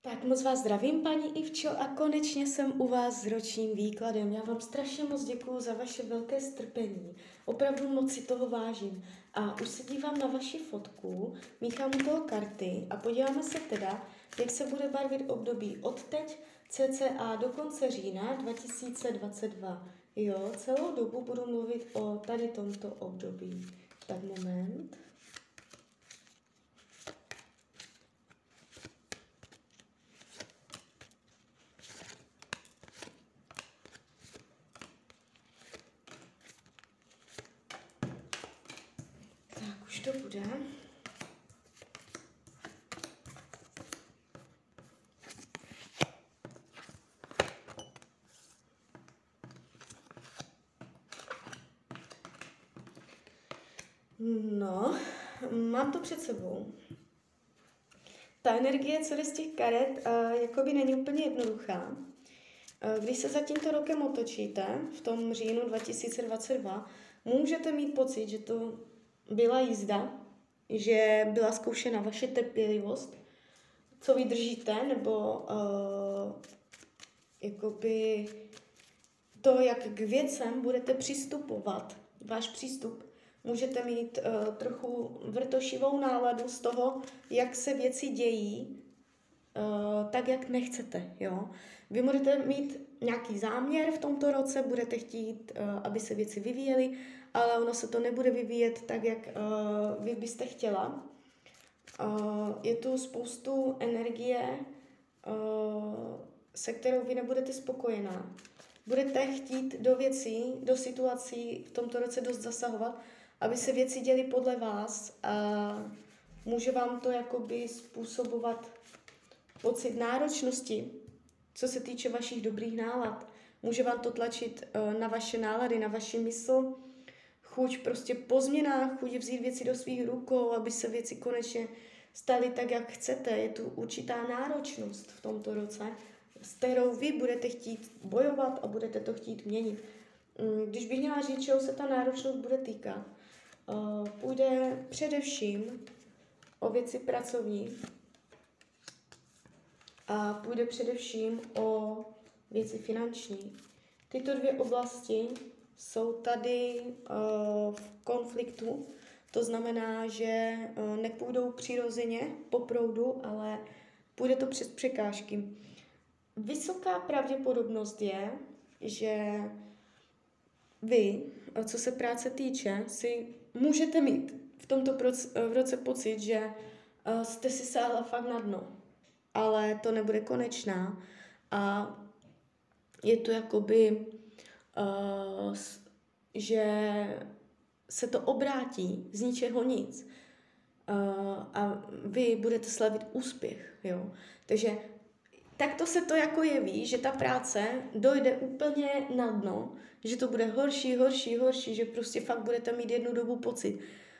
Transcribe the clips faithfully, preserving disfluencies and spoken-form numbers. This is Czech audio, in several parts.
Tak moc vás zdravím, paní Ivčo, a konečně jsem u vás s ročním výkladem. Já vám strašně moc děkuju za vaše velké strpení. Opravdu moc si toho vážím. A už se dívám na vaši fotku, míchám u toho karty a podíváme se teda, jak se bude barvit období od teď cca do konce října dva tisíce dvacet dva. Jo, celou dobu budu mluvit o tady tomto období. Tak moment. Tak, už to bude. No, mám to před sebou. Ta energie, co jde z těch karet, uh, jakoby není úplně jednoduchá. Uh, když se za tímto rokem otočíte, v tom říjnu dva tisíce dvacet dva, můžete mít pocit, že to byla jízda, že byla zkoušena vaše trpělivost, co vydržíte, nebo uh, jakoby to, jak k věcem budete přistupovat, váš přístup. Můžete mít uh, trochu vrtošivou náladu z toho, jak se věci dějí, uh, tak, jak nechcete. Jo? Vy budete mít nějaký záměr v tomto roce, budete chtít, uh, aby se věci vyvíjely, ale ono se to nebude vyvíjet tak, jak uh, vy byste chtěla. Uh, je tu spoustu energie, uh, se kterou vy nebudete spokojená. Budete chtít do věcí, do situací v tomto roce dost zasahovat, aby se věci děly podle vás, a může vám to jakoby způsobovat pocit náročnosti, co se týče vašich dobrých nálad. Může vám to tlačit uh, na vaše nálady, na vaši mysl, chuť prostě po změnách, chuť vzít věci do svých rukou, aby se věci konečně staly tak, jak chcete. Je tu určitá náročnost v tomto roce, s kterou vy budete chtít bojovat a budete to chtít měnit. Když bych měla říct, čeho se ta náročnost bude týkat, půjde především o věci pracovní a půjde především o věci finanční. Tyto dvě oblasti jsou tady uh, v konfliktu, to znamená, že uh, nepůjdou přirozeně po proudu, ale půjde to přes překážky. Vysoká pravděpodobnost je, že vy, co se práce týče, si můžete mít v tomto proc- v roce pocit, že uh, jste si sáhla fakt na dno, ale to nebude konečná a je to jakoby Uh, že se to obrátí z ničeho nic uh, a vy budete slavit úspěch. Jo? Takže takto se to jako jeví, že ta práce dojde úplně na dno, že to bude horší, horší, horší, že prostě fakt budete mít jednu dobu pocit.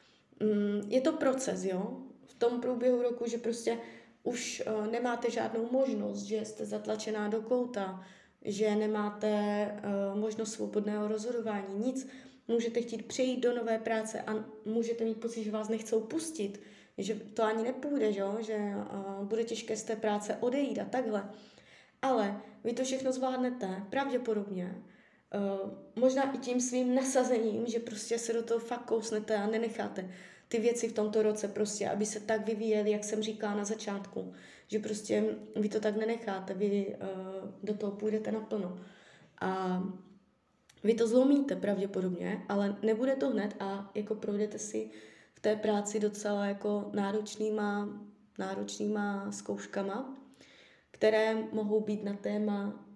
Um, je to proces, jo? V tom průběhu roku, že prostě už uh, nemáte žádnou možnost, že jste zatlačená do kouta, že nemáte uh, možnost svobodného rozhodování, nic. Můžete chtít přejít do nové práce a můžete mít pocit, že vás nechcou pustit, že to ani nepůjde, že, že uh, bude těžké z té práce odejít a takhle. Ale vy to všechno zvládnete, pravděpodobně. Uh, možná i tím svým nasazením, že prostě se do toho fakt kousnete a nenecháte ty věci v tomto roce prostě, aby se tak vyvíjely, jak jsem říkala na začátku. Že prostě vy to tak nenecháte, vy uh, do toho půjdete naplno. A vy to zlomíte pravděpodobně, ale nebude to hned a jako projdete si v té práci docela jako náročnýma, náročnýma zkouškama, které mohou být na téma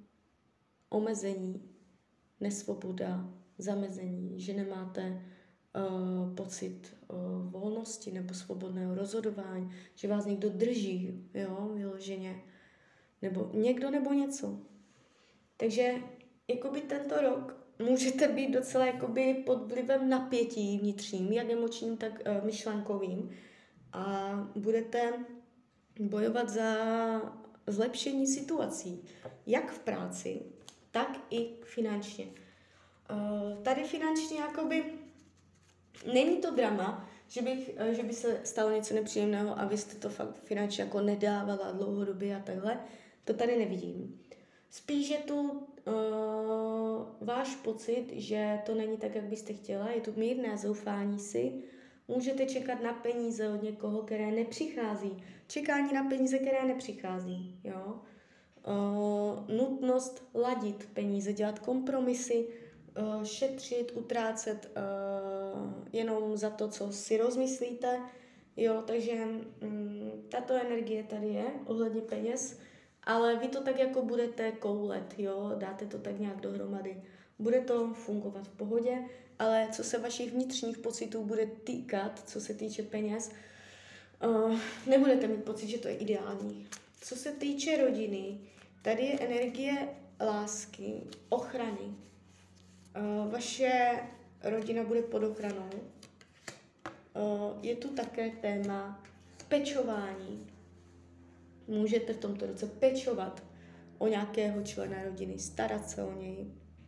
omezení, nesvoboda, zamezení, že nemáte Uh, pocit uh, volnosti nebo svobodného rozhodování, že vás někdo drží, jo, vyloženě, nebo někdo nebo něco. Takže jakoby tento rok můžete být docela jakoby pod vlivem napětí vnitřním, jak emočním, tak uh, myšlenkovým a budete bojovat za zlepšení situací, jak v práci, tak i finančně. Uh, tady finančně jakoby není to drama, že, bych, uh, že by se stalo něco nepříjemného a vy jste to fakt finančně jako nedávala dlouhodobě a takhle, to tady nevidím. Spíš je tu uh, váš pocit, že to není tak, jak byste chtěla, je tu mírné zoufání si, můžete čekat na peníze od někoho, které nepřichází. Čekání na peníze, které nepřichází, jo. Uh, nutnost ladit peníze, dělat kompromisy, uh, šetřit, utrácet uh, jenom za to, co si rozmyslíte, jo, takže um, tato energie tady je ohledně peněz, ale vy to tak jako budete koulet, jo, dáte to tak nějak dohromady. Bude to fungovat v pohodě, ale co se vašich vnitřních pocitů bude týkat, co se týče peněz, uh, nebudete mít pocit, že to je ideální. Co se týče rodiny, tady je energie lásky, ochrany. Uh, vaše rodina bude pod ochranou. Uh, je tu také téma pečování. Můžete v tomto roce pečovat o nějakého člena rodiny, starat se o něj.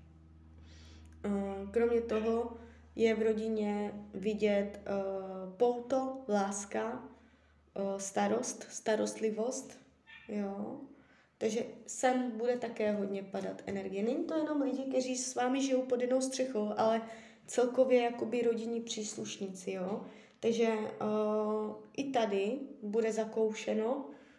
Uh, kromě toho je v rodině vidět uh, pouto, láska, uh, starost, starostlivost, jo. Takže sem bude také hodně padat energie. Není to jenom lidi, kteří s vámi žijou pod jednou střechou, ale celkově jakoby rodinní příslušníci, jo. Takže uh, i tady bude zakoušeno,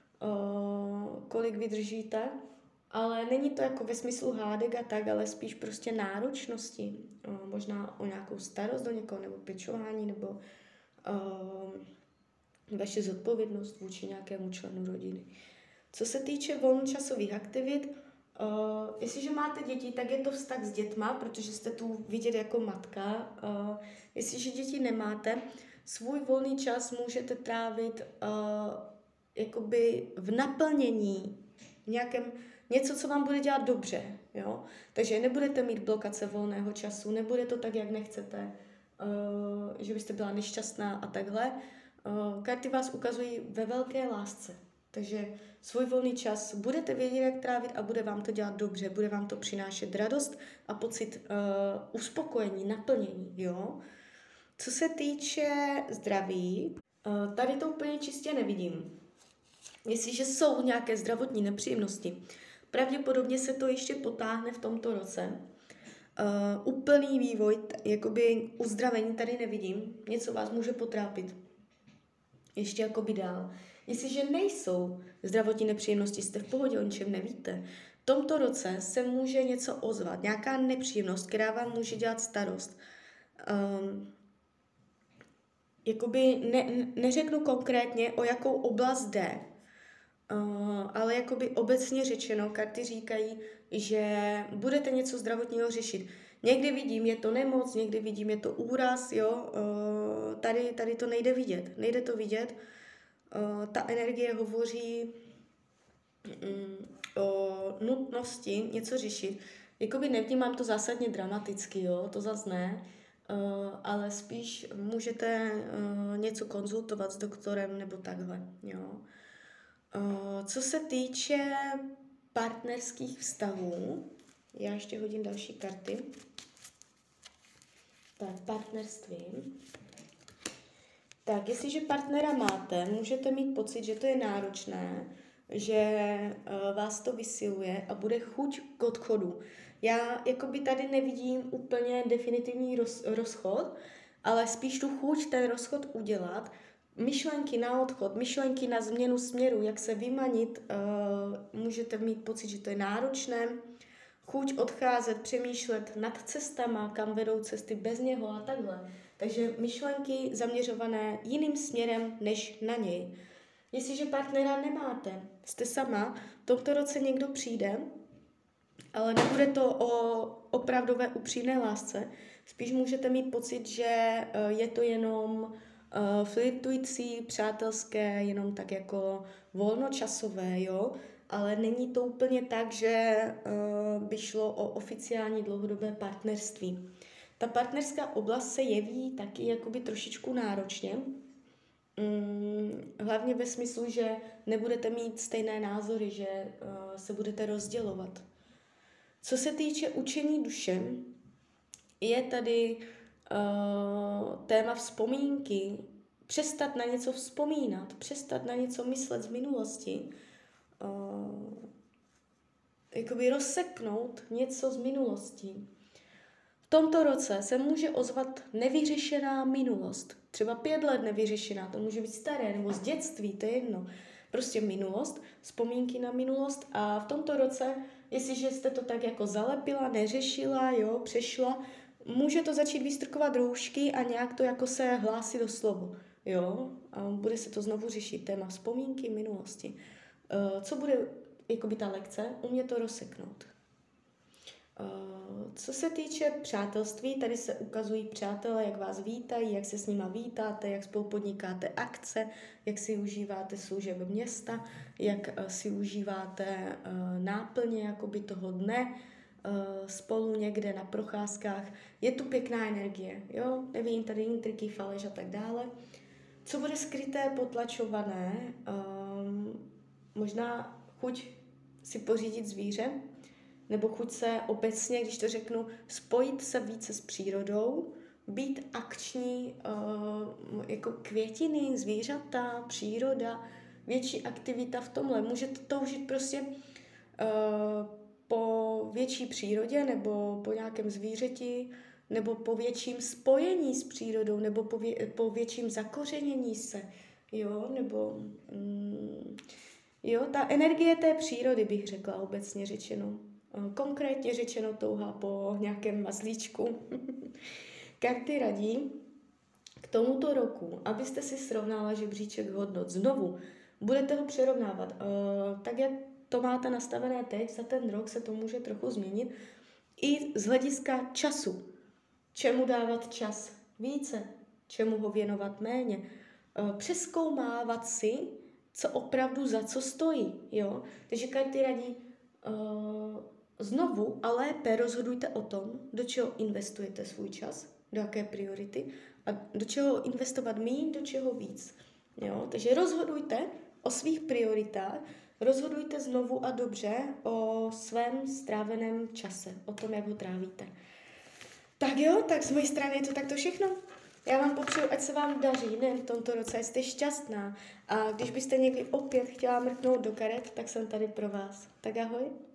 uh, kolik vydržíte, ale není to jako ve smyslu hádek a tak, ale spíš prostě náročnosti. Uh, možná o nějakou starost do někoho, nebo pečování, nebo uh, vaše zodpovědnost vůči nějakému členu rodiny. Co se týče volnočasových aktivit, uh, jestliže máte děti, tak je to vztah s dětma, protože jste tu vidět jako matka. Uh, jestliže děti nemáte, svůj volný čas můžete trávit uh, jakoby v naplnění, v nějakém, něco, co vám bude dělat dobře. Jo? Takže nebudete mít blokace volného času, nebude to tak, jak nechcete, uh, že byste byla nešťastná a takhle. Uh, karty vás ukazují ve velké lásce. Takže svůj volný čas budete vědět, jak trávit a bude vám to dělat dobře, bude vám to přinášet radost a pocit uh, uspokojení, naplnění, jo. Co se týče zdraví, uh, tady to úplně čistě nevidím. Jestliže jsou nějaké zdravotní nepříjemnosti, pravděpodobně se to ještě potáhne v tomto roce. Uh, úplný vývoj, t- jakoby uzdravení tady nevidím, něco vás může potrápit. Ještě jakoby dál. Jestliže nejsou zdravotní nepříjemnosti, jste v pohodě, o ničem nevíte, v tomto roce se může něco ozvat, nějaká nepříjemnost, která vám může dělat starost. Um, jakoby ne, neřeknu konkrétně, o jakou oblast jde, uh, ale jakoby obecně řečeno, karty říkají, že budete něco zdravotního řešit. Někdy vidím, je to nemoc, někdy vidím, je to úraz, jo, uh, tady, tady to nejde vidět, nejde to vidět. Uh, ta energie hovoří um, o nutnosti něco řešit. Jakoby nevnímám to zásadně dramaticky, jo, to zas ne, uh, ale spíš můžete uh, něco konzultovat s doktorem nebo takhle, jo. Uh, co se týče partnerských vztahů, já ještě hodím další karty. Tak, partnerství. Tak, jestliže partnera máte, můžete mít pocit, že to je náročné, že uh, vás to vysiluje a bude chuť k odchodu. Já jakoby tady nevidím úplně definitivní roz, rozchod, ale spíš tu chuť ten rozchod udělat, myšlenky na odchod, myšlenky na změnu směru, jak se vymanit, uh, můžete mít pocit, že to je náročné, chuť odcházet, přemýšlet nad cestama, kam vedou cesty bez něho a takhle. Takže myšlenky zaměřované jiným směrem než na něj. Jestliže partnera nemáte, jste sama, v tomto roce někdo přijde, ale nebude to o opravdové upřímné lásce. Spíš můžete mít pocit, že je to jenom flirtující, přátelské, jenom tak jako volnočasové, jo? Ale není to úplně tak, že by šlo o oficiální dlouhodobé partnerství. Ta partnerská oblast se jeví taky jakoby trošičku náročně, mm, hlavně ve smyslu, že nebudete mít stejné názory, že uh, se budete rozdělovat. Co se týče učení duše, je tady uh, téma vzpomínky, přestat na něco vzpomínat, přestat na něco myslet z minulosti, uh, jakoby rozseknout něco z minulosti. V tomto roce se může ozvat nevyřešená minulost. Třeba pět let nevyřešená, to může být staré, nebo z dětství, to je jedno. Prostě minulost, vzpomínky na minulost a v tomto roce, jestliže jste to tak jako zalepila, neřešila, jo, přešla, může to začít vystrkovat roušky a nějak to jako se hlásí do slovu, jo. A bude se to znovu řešit, téma vzpomínky minulosti. Uh, co bude jakoby ta lekce? Umět to rozseknout. Uh, co se týče přátelství, tady se ukazují přátelé, jak vás vítají, jak se s nima vítáte, jak spolu podnikáte akce, jak si užíváte služeb města, jak uh, si užíváte uh, náplně jakoby toho dne uh, spolu někde na procházkách. Je tu pěkná energie, jo? Nevím, tady intriky, faleš a tak dále. Co bude skryté, potlačované? Um, možná chuť si pořídit zvíře, nebo chuť se obecně, když to řeknu, spojit se více s přírodou, být akční, uh, jako květiny, zvířata, příroda, větší aktivita v tomhle. Můžete toužit prostě uh, po větší přírodě, nebo po nějakém zvířeti, nebo po větším spojení s přírodou, nebo po, vě- po větším zakořenění se, jo, nebo... Mm, jo, ta energie té přírody bych řekla obecně řečeno. Konkrétně řečeno touha po nějakém mazlíčku. Karty radí k tomuto roku, abyste si srovnala žebříček hodnot. Znovu, budete ho přerovnávat. Tak, jak to máte nastavené teď, za ten rok se to může trochu změnit. I z hlediska času. Čemu dávat čas více, čemu ho věnovat méně. Přezkoumávat si, co opravdu za co stojí. Jo? Takže karty radí uh, znovu a lépe rozhodujte o tom, do čeho investujete svůj čas, do jaké priority a do čeho investovat míň, do čeho víc. Jo? Takže rozhodujte o svých prioritách, rozhodujte znovu a dobře o svém stráveném čase, o tom, jak ho trávíte. Tak jo, tak z mojej strany je to takto všechno. Já vám popřeju, ať se vám daří, nejen v tomto roce, ať jste šťastná. A když byste někdy opět chtěla mrknout do karet, tak jsem tady pro vás. Tak ahoj.